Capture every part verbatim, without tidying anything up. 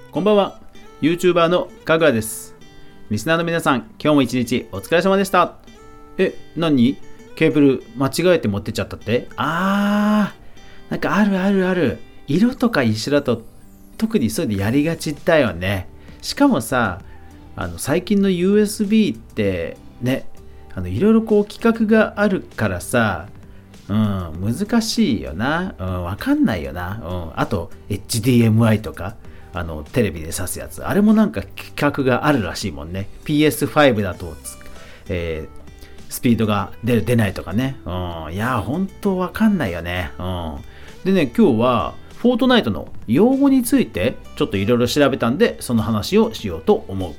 こんばんは。 YouTuber のかぐわです。リスナーの皆さん、今日も一日お疲れ様でした。え、何？ケーブル間違えて持ってっちゃったって？あー、なんかあるあるある。色とか一緒だと特にそういうのやりがちだよね。しかもさ、あの最近の ユーエスビー ってね、あのいろいろこう規格があるからさ、うん、難しいよな。うん、わかんないよな。うん、あと エイチディーエムアイ とか、あのテレビで挿すやつ、あれもなんか規格があるらしいもんね。ピーエスファイブ だと、えー、スピードが出る出ないとかね。うん、いや本当わかんないよね。うん、でね、今日はフォートナイトの用語についてちょっといろいろ調べたんで、その話をしようと思う。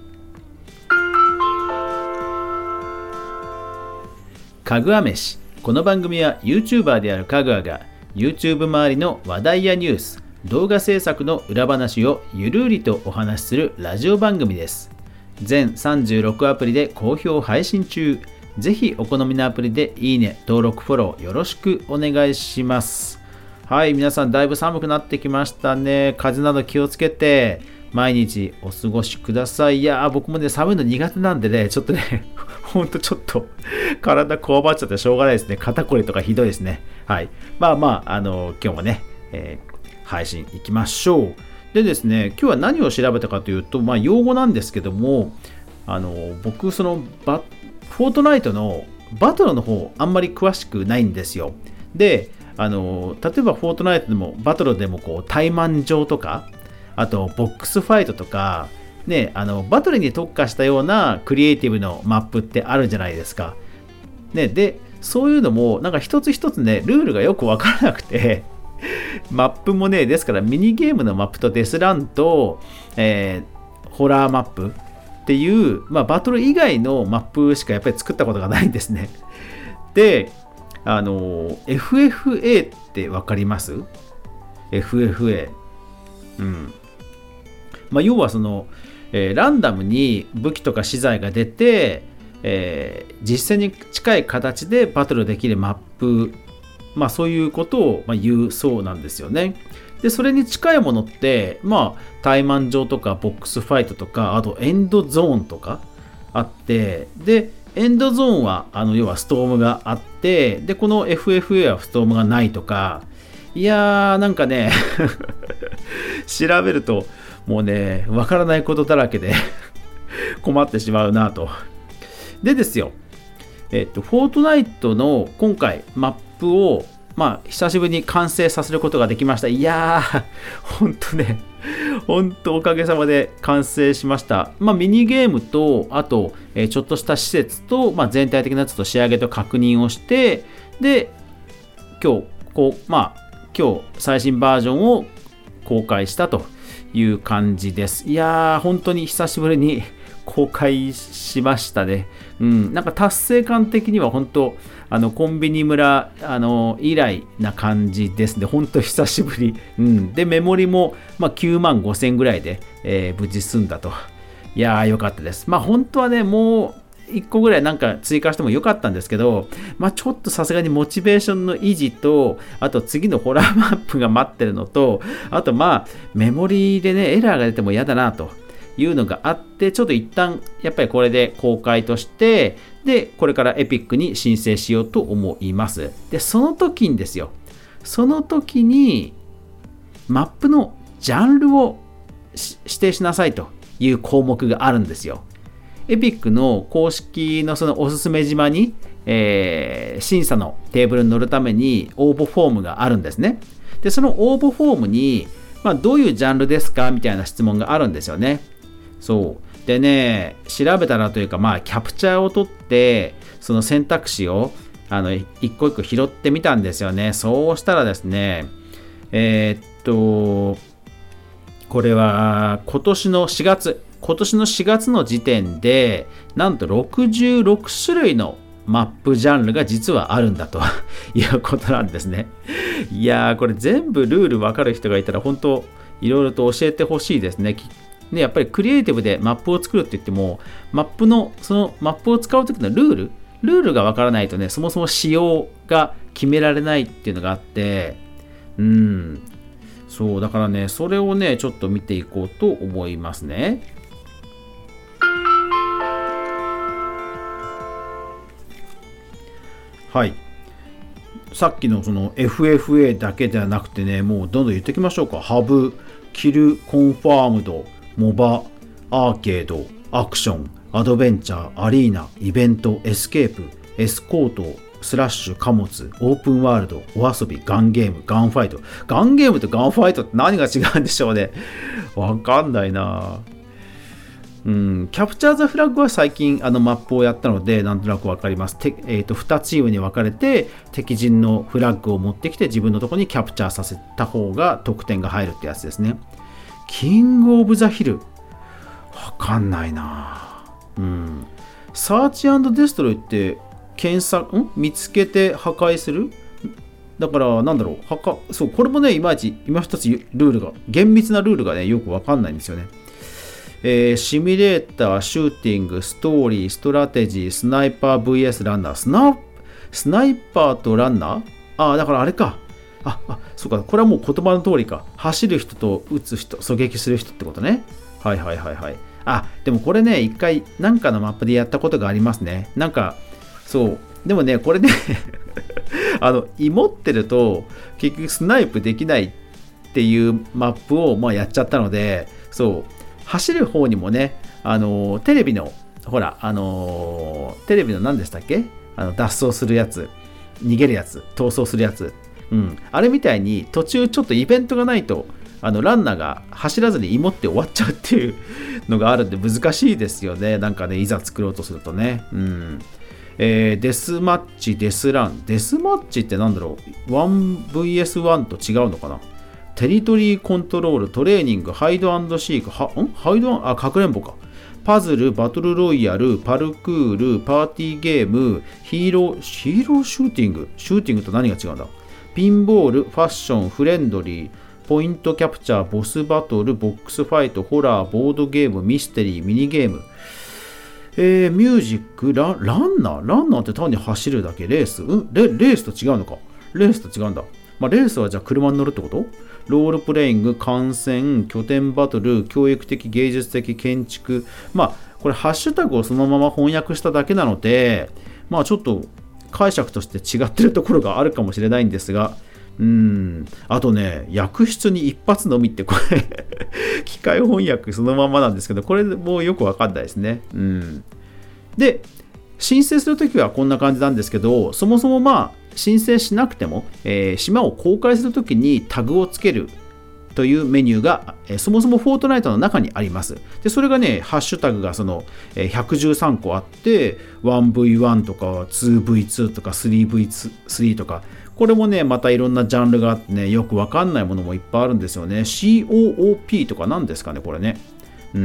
かぐわ飯。この番組は YouTuber であるかぐわが YouTube 周りの話題やニュース、動画制作の裏話をゆるりとお話しするラジオ番組です。全さんじゅうろくアプリで好評配信中。ぜひお好みのアプリでいいね、登録、フォローよろしくお願いします。はい、皆さんだいぶ寒くなってきましたね。風邪など気をつけて毎日お過ごしください。いやー、僕もね、寒いの苦手なんでね、ちょっとね、ほんとちょっと体こわばっちゃってしょうがないですね。肩こりとかひどいですね。はい。まあまあ、あの、今日もね、えー、配信いきましょう。でですね、今日は何を調べたかというと、まあ、用語なんですけども、あの、僕、そのバ、フォートナイトのバトルの方、あんまり詳しくないんですよ。で、あの、例えばフォートナイトでも、バトルでも、こう、怠慢状とか、あと、ボックスファイトとか、ね、あのバトルに特化したようなクリエイティブのマップってあるじゃないですか。ね、で、そういうのもなんか一つ一つね、ルールがよくわからなくて、マップもね、ですからミニゲームのマップとデスランと、えー、ホラーマップっていう、まあ、バトル以外のマップしかやっぱり作ったことがないんですね。で、あの、エフエフエー ってわかります？ エフエフエー。うん。まあ、要はその、えー、ランダムに武器とか資材が出て、えー、実戦に近い形でバトルできるマップ、まあそういうことを、まあ、言うそうなんですよね。で、それに近いものって、まあ、怠慢状とかボックスファイトとか、あとエンドゾーンとかあって、で、エンドゾーンは、あの、要はストームがあって、で、この エフエフエー はストームがないとか、いやー、なんかね、調べると、もうね、わからないことだらけで困ってしまうなと。でですよ、えっと、フォートナイトの今回マップを、まあ、久しぶりに完成させることができました。いやー、ほんとね、ほんとおかげさまで完成しました。まあ、ミニゲームと、あと、えー、ちょっとした施設と、まあ、全体的なちょっと仕上げと確認をして、で、今日、こう、まあ、今日最新バージョンを公開したという感じです。いやー、本当に久しぶりに公開しましたね。うん、なんか達成感的には本当、あのコンビニ村あの以来な感じですね。本当久しぶり。うん、で、メモリも、まあ、きゅうまんごせんぐらいで、えー、無事済んだと。いやー、よかったです。まあ、本当はね、もう、いっこぐらいなんか追加してもよかったんですけど、まあちょっとさすがにモチベーションの維持と、あと次のホラーマップが待ってるのと、あとまあメモリでね、エラーが出ても嫌だなというのがあって、ちょっと一旦やっぱりこれで公開として、で、これからエピックに申請しようと思います。で、その時にですよ、その時にマップのジャンルを指定しなさいという項目があるんですよ。エピックの公式のそのおすすめ島に、えー、審査のテーブルに乗るために応募フォームがあるんですね。で、その応募フォームに、まあ、どういうジャンルですかみたいな質問があるんですよね。そう。でね、調べたらというか、まあ、キャプチャーを取って、その選択肢を、あの、一個一個拾ってみたんですよね。そうしたらですね、えー、っと、これは今年のしがつ、今年のしがつの時点でなんとろくじゅうろくしゅるいのマップジャンルが実はあるんだということなんですね。いやー、これ全部ルール分かる人がいたら本当いろいろと教えてほしいですね。ね、やっぱりクリエイティブでマップを作るって言っても、マップのそのマップを使う時のルールルールが分からないとね、そもそも仕様が決められないっていうのがあって、うんそうだからね、それをねちょっと見ていこうと思いますね。はい、さっきのその エフエフエー だけではなくてね、もうどんどん言っていきましょうか。ハブ、キル、コンファームド、モバ、アーケード、アクション、アドベンチャー、アリーナ、イベント、エスケープ、エスコート、スラッシュ、貨物、オープンワールド、お遊び、ガンゲーム、ガンファイト。ガンゲームとガンファイトって何が違うんでしょうね。わかんないな。うん、キャプチャーザフラッグは最近あのマップをやったのでなんとなくわかります。て、えーと、にチームに分かれて敵陣のフラッグを持ってきて自分のところにキャプチャーさせた方が得点が入るってやつですね。キングオブザヒルわかんないな。うん。サーチ&デストロイって検索ん見つけて破壊する。だからなんだろう破壊そうこれもねいまいち今一つルールが厳密なルールがねよくわかんないんですよね。えー、シミュレーター、シューティング、ストーリー、ストラテジー、スナイパー ブイエス ランナー、スナスナイパーとランナーああ、だからあれか。あ、あ、そうか。これはもう言葉の通りか。走る人と撃つ人、狙撃する人ってことね。はいはいはいはい。あ、でもこれね、一回なんかのマップでやったことがありますね。なんか、そう。でもね、これね、あの、芋ってると結局スナイプできないっていうマップをまあやっちゃったので、そう。走る方にもね、あのテレビのほらあのテレビの何でしたっけ、あの脱走するやつ、逃げるやつ、逃走するやつ、うん、あれみたいに途中ちょっとイベントがないとあのランナーが走らずに芋って終わっちゃうっていうのがあるんで難しいですよね。なんかねいざ作ろうとするとね、うんえー、デスマッチ、デスラン、デスマッチってなんだろう ワンブイエスワン と違うのかな。テリトリーコントロール、トレーニング、ハイド&シーク、はんハイド&あ、かくれんぼか。パズル、バトルロイヤル、パルクール、パーティーゲーム、ヒーロー、ヒーローシューティング。シューティングと何が違うんだ。ピンボール、ファッション、フレンドリー、ポイントキャプチャー、ボスバトル、ボックスファイト、ホラー、ボードゲーム、ミステリー、ミニゲーム。えー、ミュージック、ラ、ランナーランナーって単に走るだけ、レース、うんレ、レースと違うのか。レースと違うんだ。まあ、レースはじゃあ車に乗るってこと？ロールプレイング、観戦、拠点バトル、教育的、芸術的、建築。まあ、これハッシュタグをそのまま翻訳しただけなので、まあちょっと解釈として違ってるところがあるかもしれないんですが、うーん、あとね、訳出に一発のみってこれ、機械翻訳そのままなんですけど、これもよくわかんないですね。うん。で、申請するときはこんな感じなんですけど、そもそもまあ、申請しなくても、えー、島を公開するときにタグをつけるというメニューが、えー、そもそもフォートナイトの中にあります。で、それがね、ハッシュタグがその、えー、ひゃくじゅうさんこあって、ワンブイワン とか ツーブイツー とか スリーブイスリー とか、これもね、またいろんなジャンルがあってね、よくわかんないものもいっぱいあるんですよね。シーオーオーピー とか何ですかね、これね。うん。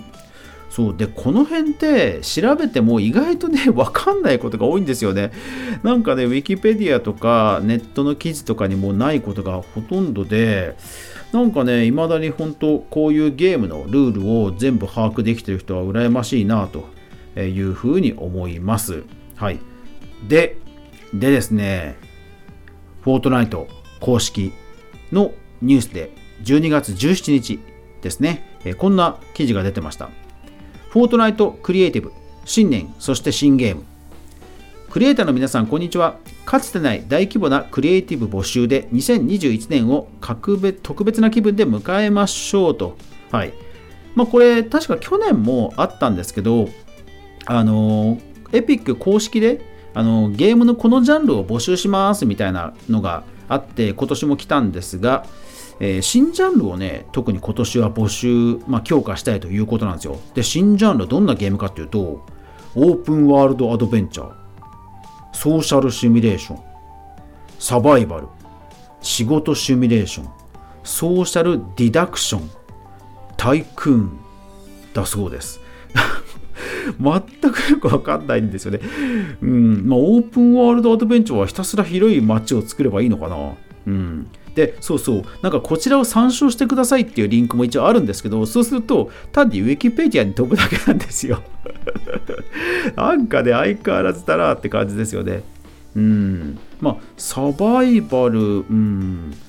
そうでこの辺って調べても意外とね分かんないことが多いんですよね。なんかねウィキペディアとかネットの記事とかにもないことがほとんどで、なんかね未だに本当こういうゲームのルールを全部把握できてる人は羨ましいなというふうに思います。はい。ででですねフォートナイト公式のニュースでじゅうにがつじゅうしちにちですね、こんな記事が出てました。フォートナイトクリエイティブ新年そして新ゲーム。クリエイターの皆さんこんにちは。かつてない大規模なクリエイティブ募集でにせんにじゅういちねんを格別特別な気分で迎えましょうと。はい。まあこれ確か去年もあったんですけど、あのエピック公式であのゲームのこのジャンルを募集しますみたいなのがあって今年も来たんですが、えー、新ジャンルをね特に今年は募集、まあ、強化したいということなんですよ。で新ジャンルどんなゲームかっていうとオープンワールドアドベンチャー、ソーシャルシミュレーション、サバイバル、仕事シミュレーション、ソーシャルディダクション、タイクーンだそうです。全くよくわかんないんですよね。うんまあ、オープンワールドアドベンチャーはひたすら広い街を作ればいいのかな。うんでそうそうなんかこちらを参照してくださいっていうリンクも一応あるんですけど、そうすると単にウィキペディアに飛ぶだけなんですよ。なんかね相変わらずだなって感じですよね。うんまあサバイバル、うん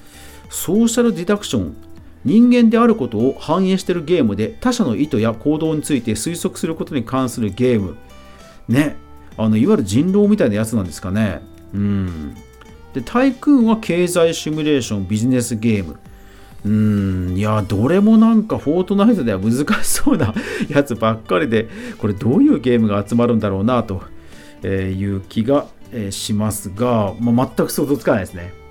ソーシャルディダクション、人間であることを反映しているゲームで他者の意図や行動について推測することに関するゲームね、あのいわゆる人狼みたいなやつなんですかね。うんでタイクーンは経済シミュレーションビジネスゲーム。うーんいやどれもなんかフォートナイトでは難しそうなやつばっかりで、これどういうゲームが集まるんだろうなという気がしますが、まあ、全く想像つかないですね。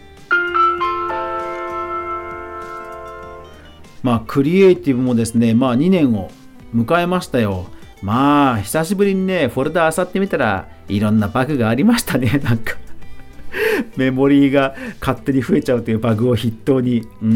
まあクリエイティブもですね、まあにねんを迎えましたよ。まあ久しぶりにねフォルダ漁ってみたらいろんなバグがありましたね。なんかメモリーが勝手に増えちゃうというバグを筆頭に、うん、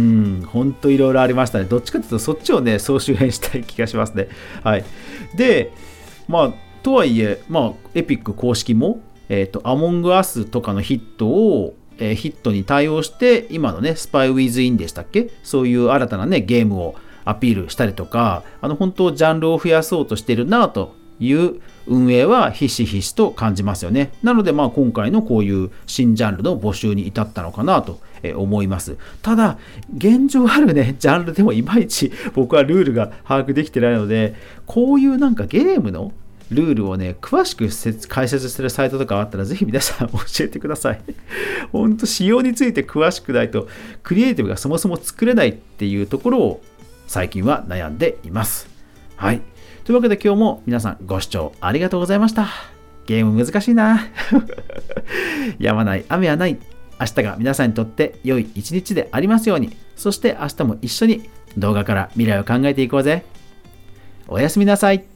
ほんといろいろありましたね。どっちかというとそっちをね総集編したい気がしますね。はい。で、まあとはいえ、まあエピック公式も、えっと、アモングアスとかのヒットを、えー、ヒットに対応して、今のね、スパイウィズインでしたっけ？そういう新たなね、ゲームをアピールしたりとか、あの本当ジャンルを増やそうとしてるなという運営はひしひしと感じますよね。なのでまあ今回のこういう新ジャンルの募集に至ったのかなと思います。ただ現状あるねジャンルでもいまいち僕はルールが把握できてないので、こういうなんかゲームのルールをね詳しく解説してるサイトとかあったらぜひ皆さん教えてください。本当仕様について詳しくないとクリエイティブがそもそも作れないっていうところを最近は悩んでいます。はい。というわけで今日も皆さんご視聴ありがとうございました。ゲーム難しいな。止まない雨はない。明日が皆さんにとって良い一日でありますように。そして明日も一緒に動画から未来を考えていこうぜ。おやすみなさい。